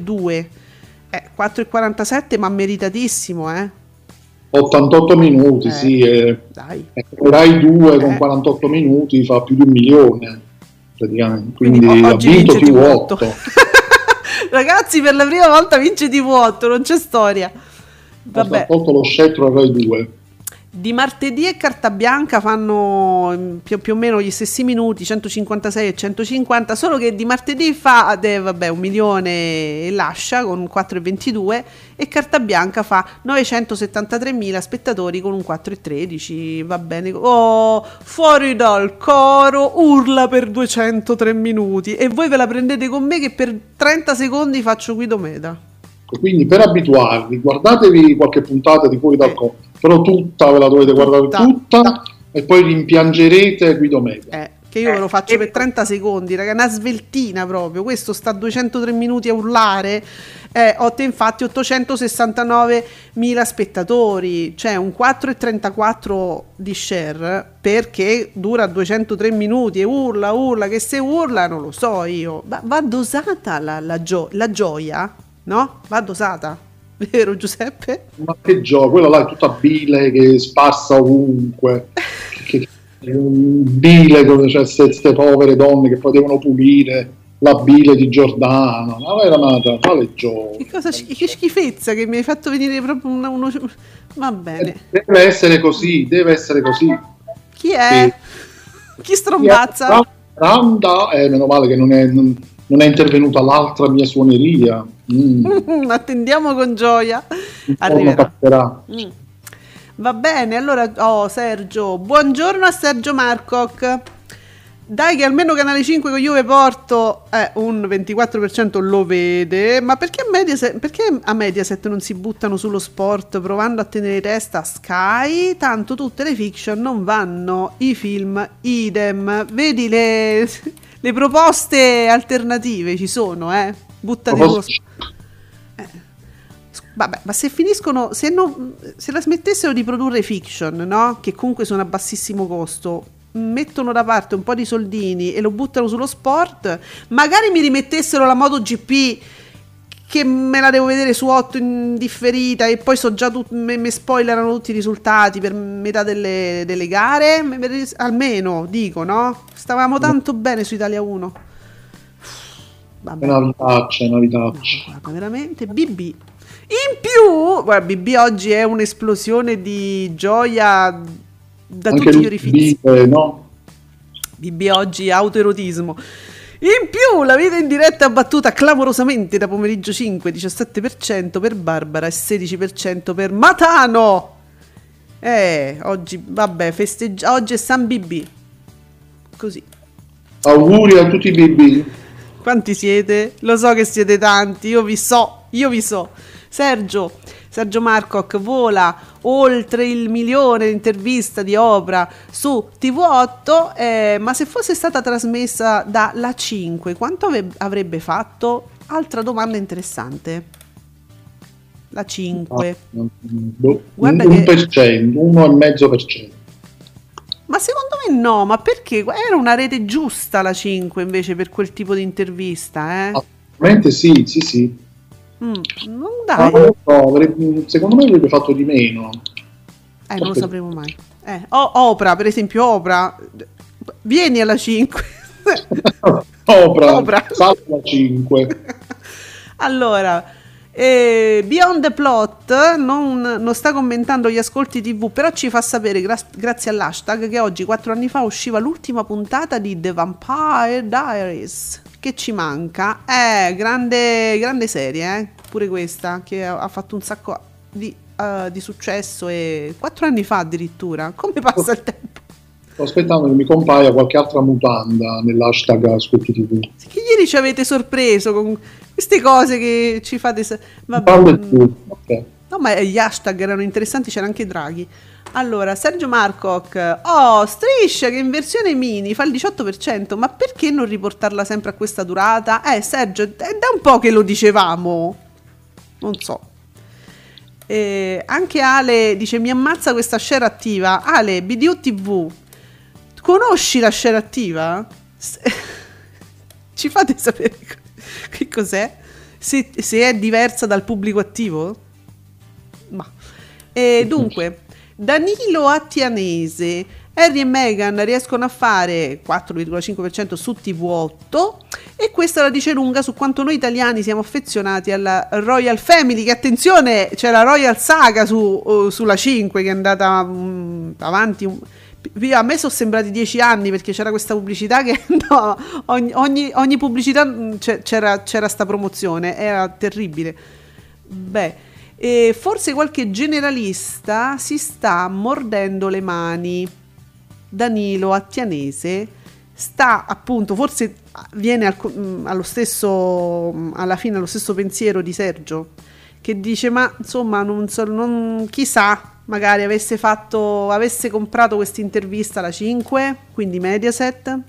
4,47, ma meritatissimo, 88 minuti, sì, dai. Rai 2 con 48 minuti fa più di 1 milione praticamente, quindi ha vinto TV8. Ragazzi, per la prima volta vince TV8, non c'è storia. Vabbè. Ha tolto lo scettro a Rai 2. Di martedì e carta bianca fanno più o meno gli stessi minuti, 156 e 150, solo che di martedì fa 1 milione e lascia con 4,22 e carta bianca fa 973.000 spettatori con un 4,13. Va bene. Fuori dal coro, urla per 203 minuti e voi ve la prendete con me che per 30 secondi faccio Guido Meda. Quindi per abituarvi, guardatevi qualche puntata di Fuori dal Comune, però tutta ve la dovete guardare tutta e poi rimpiangerete Guido Mega. Che io ve lo faccio per 30 secondi, raga, una sveltina proprio. Questo sta 203 minuti a urlare. Infatti 869.000 spettatori, cioè un 4,34 di share, perché dura 203 minuti e urla, che se urla non lo so io. Va dosata la gioia, no? Va dosata, vero Giuseppe? Ma che gioia, quella là è tutta bile che sparsa ovunque. Bile, cioè queste povere donne che poi devono pulire la bile di Giordano, ma era nata, quale gioia. Che schifezza che mi hai fatto venire proprio uno. Va bene. Deve essere così. Chi è? Chi strombazza? Meno male che non è intervenuta l'altra mia suoneria. Attendiamo con gioia. Arriverà. Va bene, allora, Sergio, buongiorno a Sergio Marcoc. Dai che almeno Canale 5 con Juve Porto un 24% lo vede, ma perché a Mediaset non si buttano sullo sport provando a tenere testa a Sky? Tanto tutte le fiction non vanno, i film idem. Vedi le proposte alternative ci sono, buttati sullo sport. Vabbè, ma se finiscono, se la smettessero di produrre fiction, no? Che comunque sono a bassissimo costo, mettono da parte un po' di soldini e lo buttano sullo sport, magari mi rimettessero la MotoGP, che me la devo vedere su 8 in differita e poi so già mi spoilerano tutti i risultati per metà delle gare, almeno dico, no? Stavamo tanto bene su Italia 1. Vabbè. È una vitaccia. Guarda, veramente BB. In più, guarda, BB oggi è un'esplosione di gioia da anche tutti gli orifici. No? BB oggi autoerotismo. In più la vita in diretta ha battuta clamorosamente da pomeriggio 5, 17% per Barbara e 16% per Matano. Oggi, vabbè, oggi è San BB. Così. Auguri a tutti i BB. Quanti siete? Lo so che siete tanti, io vi so. Sergio Marcoc vola oltre il 1 milione di interviste di Oprah su TV8, ma se fosse stata trasmessa da La 5, quanto avrebbe fatto? Altra domanda interessante. La 5. Guarda 1,5%. Ma secondo me no, ma perché? Era una rete giusta La 5 invece per quel tipo di intervista, Assolutamente sì. Non dai. Secondo me avrebbe fatto di meno. Non lo sapremo mai. Oprah, per esempio, Oprah, vieni alla 5. Oprah. Salve la 5. Allora, Beyond the Plot non sta commentando gli ascolti TV, però ci fa sapere, grazie all'hashtag, che oggi 4 anni fa usciva l'ultima puntata di The Vampire Diaries. Che ci manca? Grande serie, pure questa, che ha fatto un sacco di successo, e 4 anni fa addirittura. Come passa il tempo? Sto aspettando che mi compaia qualche altra mutanda nell'hashtag Ascolti TV. Che ieri ci avete sorpreso con queste cose che ci fate. Okay. No, ma gli hashtag erano interessanti, c'era anche Draghi. Allora, Sergio Marcoc, Striscia che in versione mini fa il 18%, ma perché non riportarla sempre a questa durata? Sergio, è da un po' che lo dicevamo, non so. Anche Ale dice: mi ammazza questa share attiva. Ale, BDU TV, conosci la share attiva? Ci fate sapere che cos'è? Se è diversa dal pubblico attivo? Ma dunque, Danilo Attianese, Harry e Meghan riescono a fare 4,5% su TV8, e questa la dice lunga su quanto noi italiani siamo affezionati alla Royal Family, che attenzione, c'è la Royal Saga sulla 5 che è andata avanti. A me sono sembrati 10 anni, perché c'era questa pubblicità che no, ogni pubblicità c'era sta promozione, era terribile. E forse qualche generalista si sta mordendo le mani. Danilo Attianese sta, appunto, forse viene alla fine allo stesso pensiero di Sergio, che dice ma insomma chissà, magari avesse comprato questa intervista alla 5, quindi Mediaset.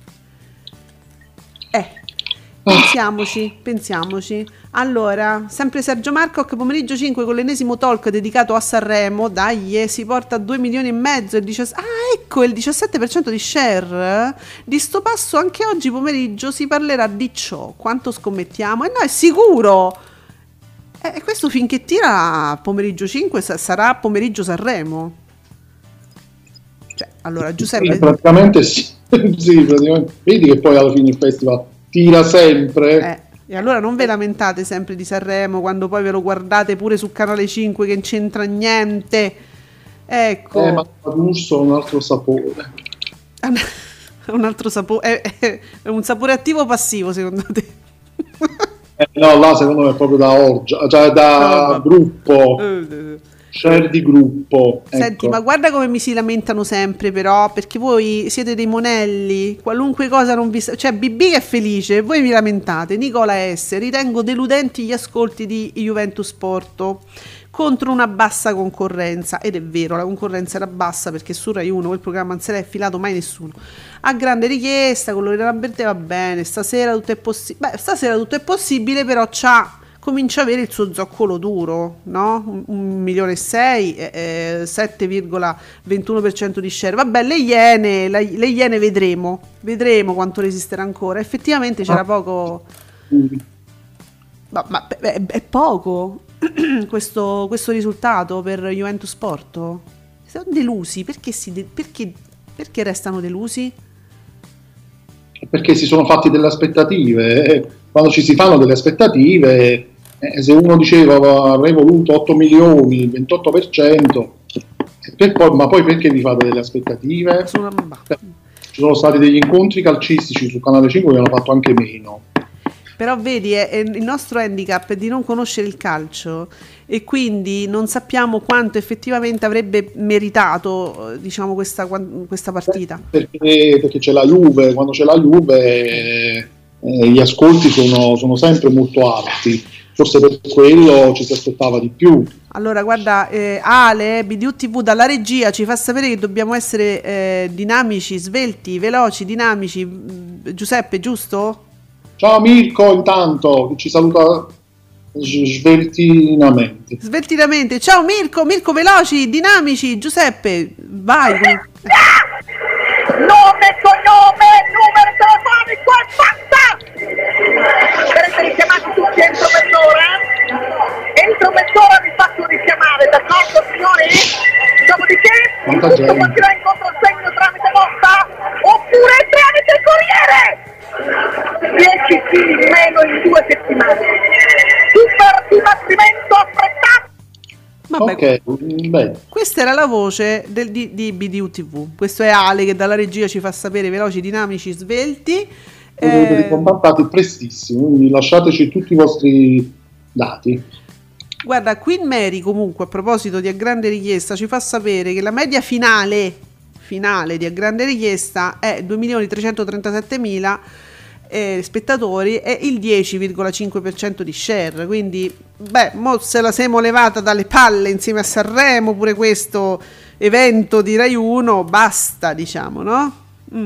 Pensiamoci. Allora, sempre Sergio Marcoc, pomeriggio 5 con l'ennesimo talk dedicato a Sanremo. Dai, si porta a 2,5 milioni. Ecco, il 17% di share. Di sto passo anche oggi pomeriggio si parlerà di ciò. Quanto scommettiamo? No, è sicuro. E questo finché tira pomeriggio 5 sarà pomeriggio Sanremo. Cioè, allora Giuseppe... praticamente sì, praticamente. Vedi che poi alla fine il festival tira sempre. E allora non ve lamentate sempre di Sanremo quando poi ve lo guardate pure su Canale 5 che non c'entra niente. Ecco. Ma l'uso ha un altro sapore. Un altro sapore. È un sapore attivo o passivo secondo te? No, là secondo me è proprio da orgia, cioè da gruppo. Share di gruppo. Senti, ecco. ma guarda come mi si lamentano sempre però, perché voi siete dei monelli, qualunque cosa non vi... Cioè BB che è felice, voi vi lamentate. Nicola S. Ritengo deludenti gli ascolti di Juventus Porto contro una bassa concorrenza, ed è vero, la concorrenza era bassa perché su Rai 1 quel programma non se l'è filato mai nessuno. A grande richiesta, con Lorena Lamberti va bene, stasera tutto è possibile. Beh, stasera tutto è possibile, però comincia a avere il suo zoccolo duro, no? 1,6 milioni, 7,21% di share. Vabbè, le Iene vedremo quanto resisterà ancora. Effettivamente c'era poco, ma è poco questo risultato per Juventus Porto. Sono delusi, perché restano delusi? Perché si sono fatti delle aspettative. Quando ci si fanno delle aspettative, se uno diceva avrei voluto 8 milioni, il 28%, ma poi perché vi fate delle aspettative? Ci sono stati degli incontri calcistici su Canale 5 che hanno fatto anche meno. Però vedi, il nostro handicap è di non conoscere il calcio e quindi non sappiamo quanto effettivamente avrebbe meritato, diciamo, questa partita. Perché c'è la Juve, quando c'è la Juve gli ascolti sono sempre molto alti, forse per quello ci si aspettava di più. Allora guarda, Ale, BDU TV dalla regia ci fa sapere che dobbiamo essere dinamici, svelti, veloci, dinamici. Giuseppe, giusto? Ciao Mirko, intanto ci saluta sveltinamente. Ciao Mirko, veloci, dinamici. Giuseppe, vai. Nome, cognome, numero telefonico e basta! Sarete richiamati tutti entro mezz'ora? Entro mezz'ora vi faccio richiamare, d'accordo signori? Dopodiché tutto partirà in controsegno tramite posta oppure tramite il corriere! 10 kg in meno in 2 settimane. Super dibattimento affrettato! Vabbè, ok, bene. Questa era la voce di BDU TV. Questo è Ale che dalla regia ci fa sapere veloci, dinamici, svelti. Potete contattati prestissimo, quindi lasciateci tutti i vostri dati. Guarda, Queen Mary comunque, a proposito di A Grande Richiesta, ci fa sapere che la media finale di A Grande Richiesta è 2.337.000 spettatori e il 10,5% di share, quindi mo se la siamo levata dalle palle insieme a Sanremo pure questo evento di Rai 1, basta, diciamo, no?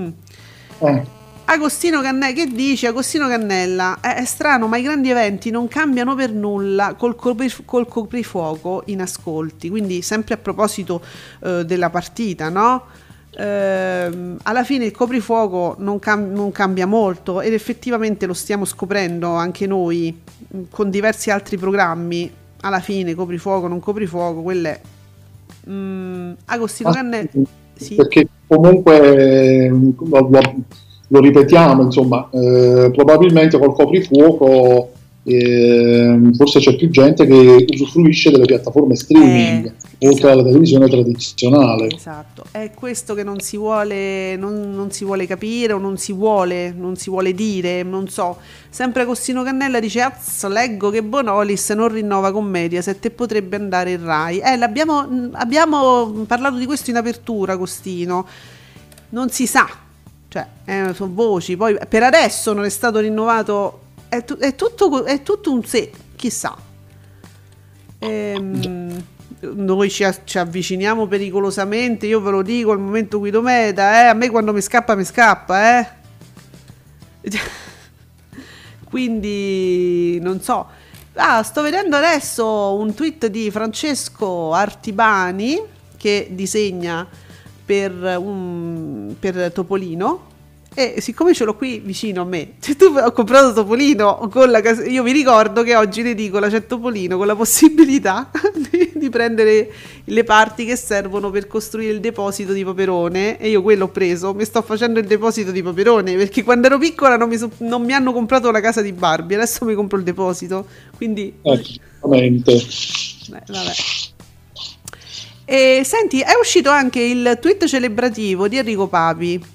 Agostino Cannella, che dice Agostino Cannella? È strano, ma i grandi eventi non cambiano per nulla col coprifuoco in ascolti, quindi sempre a proposito della partita, no? Alla fine il coprifuoco non cambia molto ed effettivamente lo stiamo scoprendo anche noi con diversi altri programmi. Alla fine coprifuoco, non coprifuoco, quello è Agostino Cannella, sì. Perché comunque lo ripetiamo, insomma, probabilmente col coprifuoco forse c'è più gente che usufruisce delle piattaforme streaming oltre alla televisione tradizionale. Esatto, è questo che non si vuole capire o non si vuole dire, non so. Sempre Agostino Cannella dice leggo che Bonolis non rinnova con Mediaset e potrebbe andare in Rai. Abbiamo parlato di questo in apertura, Agostino, non si sa, cioè sono voci, poi per adesso non è stato rinnovato. È tutto un sé, chissà. Noi ci avviciniamo pericolosamente, io ve lo dico, al momento Guido Meda, a me quando mi scappa, quindi non so. Sto vedendo adesso un tweet di Francesco Artibani che disegna per Topolino, e siccome ce l'ho qui vicino a me, ho comprato Topolino con io vi ricordo che oggi in edicola c'è Topolino con la possibilità di prendere le parti che servono per costruire il deposito di Paperone, e io quello ho preso, mi sto facendo il deposito di Paperone perché quando ero piccola non mi hanno comprato la casa di Barbie, adesso mi compro il deposito, quindi esattamente. Vabbè. E senti, è uscito anche il tweet celebrativo di Enrico Papi.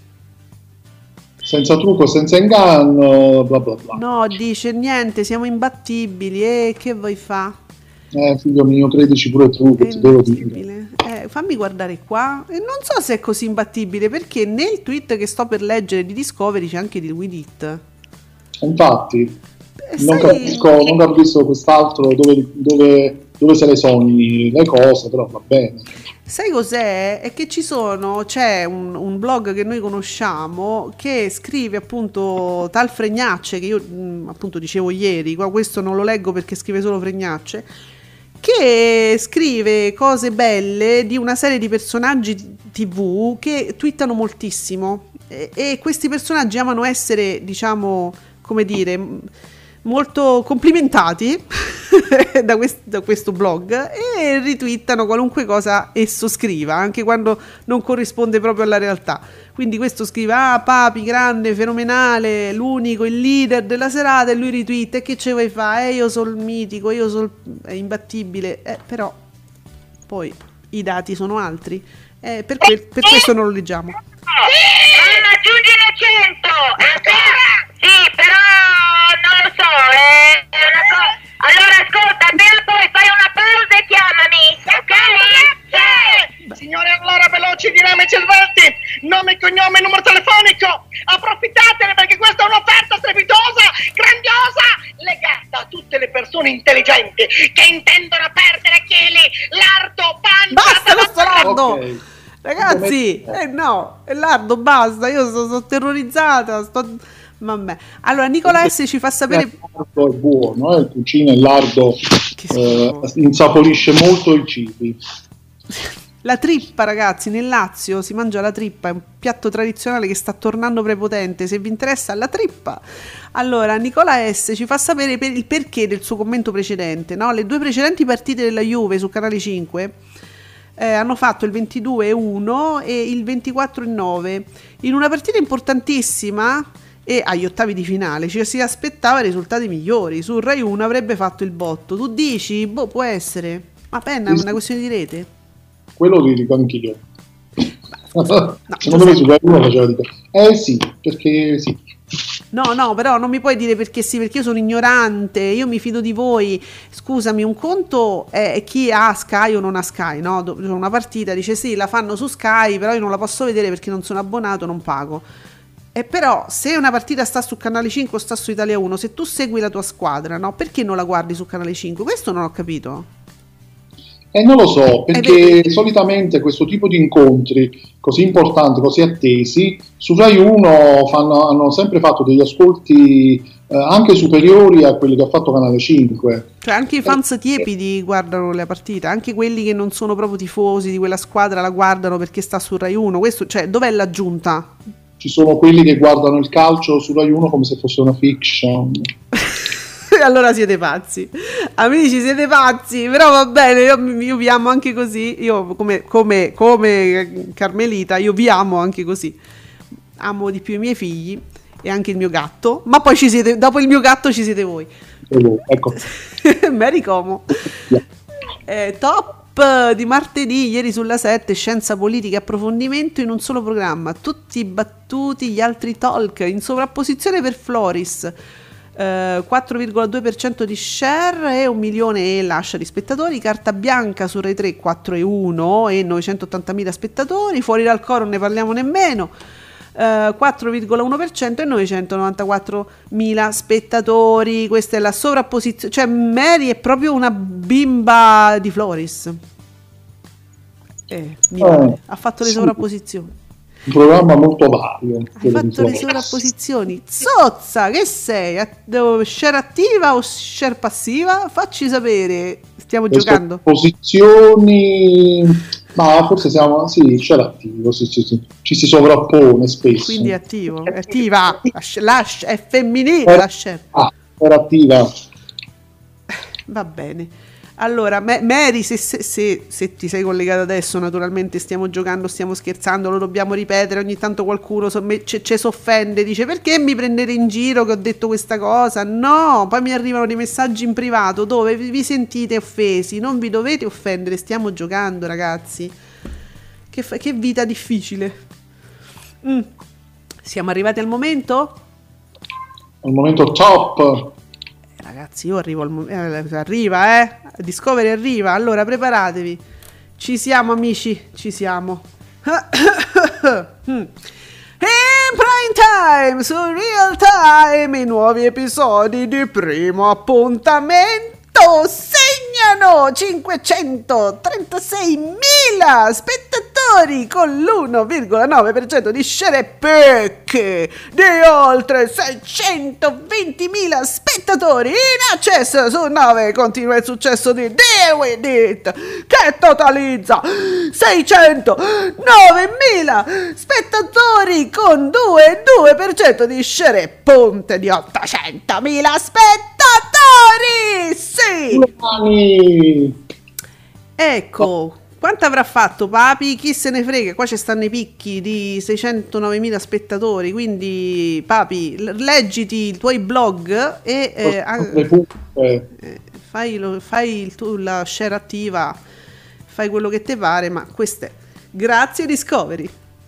Senza trucco, senza inganno, bla bla bla. No, dice niente, siamo imbattibili, che vuoi fa? Figlio mio, credici pure tu, che ti devo dire. Fammi guardare qua. Non so se è così imbattibile, perché nel tweet che sto per leggere di Discovery c'è anche di With It. Infatti, non capisco quest'altro dove se le sogni le cose, però va bene. Sai cos'è? È che c'è un blog che noi conosciamo che scrive appunto tal Fregnacce, che io appunto dicevo ieri, qua questo non lo leggo perché scrive solo Fregnacce, che scrive cose belle di una serie di personaggi TV che twittano moltissimo, e questi personaggi amano essere, diciamo, come dire, molto complimentati da questo blog, e ritwittano qualunque cosa esso scriva, anche quando non corrisponde proprio alla realtà. Quindi questo scrive: Papi grande, fenomenale, l'unico, il leader della serata, e lui ritwitta: e che ce vuoi fare? Io sono il mitico, io sono imbattibile, però poi i dati sono altri, per questo non lo leggiamo. Aggiungi l'accento, sì, però non lo so, è una cosa. Allora ascolta, poi fai una pausa e chiamami, ok? Signore, allora veloci, dinamici e svelti, nome, cognome, numero telefonico, approfittatene perché questa è un'offerta strepitosa, grandiosa, legata a tutte le persone intelligenti che intendono perdere chili, lardo, pancia. Basta lo sto lardo! Okay. Ragazzi, no, è lardo, basta, io sono terrorizzata, vabbè. Allora Nicola S ci fa sapere. Il lardo è buono, il cucina, il lardo insaporisce molto i cibi. La trippa, ragazzi, nel Lazio si mangia la trippa, è un piatto tradizionale che sta tornando prepotente, se vi interessa la trippa. Allora Nicola S ci fa sapere il perché del suo commento precedente, no? Le due precedenti partite della Juve su Canale 5 hanno fatto il 22-1 e il 24-9 in una partita importantissima, e agli ottavi di finale ci si aspettava risultati migliori. Su Rai 1 avrebbe fatto il botto. Tu dici? Può essere, ma penna, è una questione di rete. Quello lo dico anch'io. Secondo me su Rai 1 faceva di sì, perché sì. No, però non mi puoi dire perché sì, perché io sono ignorante, io mi fido di voi. Scusami, un conto è chi ha Sky o non ha Sky, no? Una partita dice sì, la fanno su Sky, però io non la posso vedere perché non sono abbonato, non pago. E però se una partita sta su Canale 5 o sta su Italia 1, se tu segui la tua squadra, no? Perché non la guardi su Canale 5? Questo non ho capito. Non lo so, perché solitamente questo tipo di incontri così importanti, così attesi, su Rai 1 hanno sempre fatto degli ascolti anche superiori a quelli che ha fatto Canale 5. Cioè anche i fans tiepidi guardano la partita, anche quelli che non sono proprio tifosi di quella squadra la guardano perché sta su Rai 1. Questo, cioè, dov'è l'aggiunta? Ci sono quelli che guardano il calcio su Rai 1 come se fosse una fiction. Allora siete pazzi, amici, siete pazzi, però va bene, io vi amo anche così, io come Carmelita, io vi amo anche così, amo di più i miei figli e anche il mio gatto, ma poi ci siete, dopo il mio gatto ci siete voi. Ecco. Mary Como. Top di martedì, ieri sulla 7, scienza politica e approfondimento in un solo programma, tutti battuti, gli altri talk, in sovrapposizione per Floris. 4,2% di share e 1 milione e lascia di spettatori. Carta bianca su Rai 3 4,1 e 980.000 spettatori. Fuori dal coro non ne parliamo nemmeno. 4,1% e 994.000 spettatori. Questa è la sovrapposizione, cioè Mary è proprio una bimba di Floris. Ha fatto le sovrapposizioni. Un programma molto vario. Hai fatto le sovrapposizioni. Zozza, che sei? Share attiva o share passiva? Facci sapere. Stiamo giocando. Posizioni, ma forse siamo share attivo, sì. Ci si sovrappone spesso. Quindi è attivo, è attiva, è femminile la share. Era attiva. Va bene. Allora, Mary, se ti sei collegato adesso, naturalmente stiamo giocando, stiamo scherzando, lo dobbiamo ripetere, ogni tanto qualcuno ci s'offende, dice perché mi prendete in giro che ho detto questa cosa? No, poi mi arrivano dei messaggi in privato dove vi sentite offesi, non vi dovete offendere, stiamo giocando, ragazzi. Che vita difficile. Siamo arrivati al momento? Al momento top. Ragazzi, io arrivo arriva, Discovery arriva, allora preparatevi. Ci siamo, amici, ci siamo. In prime time, su Real Time, i nuovi episodi di Primo Appuntamento segnano 536.000 spettatori con l'1,9% di share pecche di oltre 620.000 spettatori in accesso su 9 continua il successo di Deal With It, che totalizza 609.000 spettatori con 2,2% di share punte di 800.000 spettatori. Sì, ecco. Quanto avrà fatto Papi? Chi se ne frega? Qua ci stanno i picchi di 609.000 spettatori, quindi Papi, leggiti i tuoi blog e fai la share attiva, fai quello che ti pare, ma queste. Grazie Discovery.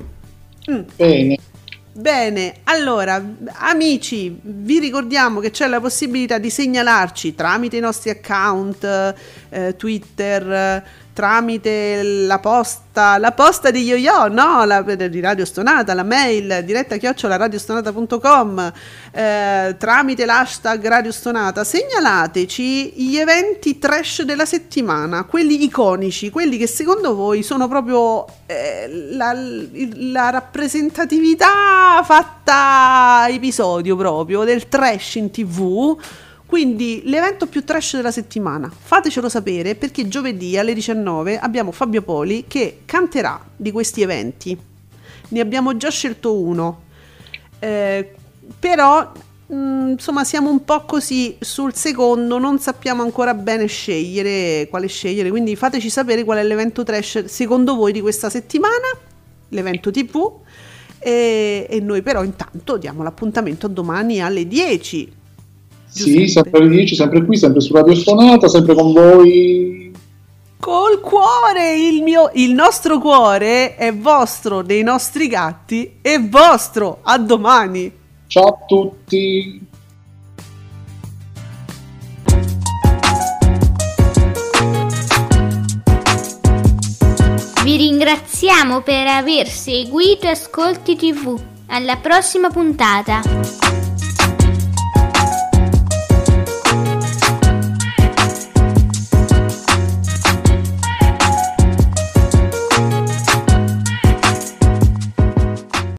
Bene, allora amici, vi ricordiamo che c'è la possibilità di segnalarci tramite i nostri account Twitter, tramite la posta di Yo-Yo, no? Di Radio Stonata, la mail diretta@radiostonata.com, tramite l'hashtag Radio Stonata. Segnalateci gli eventi trash della settimana, quelli iconici, quelli che secondo voi sono proprio la rappresentatività fatta episodio proprio del trash in TV. Quindi l'evento più trash della settimana, fatecelo sapere, perché giovedì alle 19 abbiamo Fabio Poli che canterà di questi eventi. Ne abbiamo già scelto uno, però insomma siamo un po' così sul secondo, non sappiamo ancora bene quale scegliere, quindi fateci sapere qual è l'evento trash secondo voi di questa settimana, l'evento TV, e noi però intanto diamo l'appuntamento a domani alle 10. Sì, sempre alle 10, sempre qui, sempre su Radio Stonata, sempre con voi. Col cuore, il nostro cuore è vostro, dei nostri gatti è vostro. A domani. Ciao a tutti. Vi ringraziamo per aver seguito Ascolti TV. Alla prossima puntata.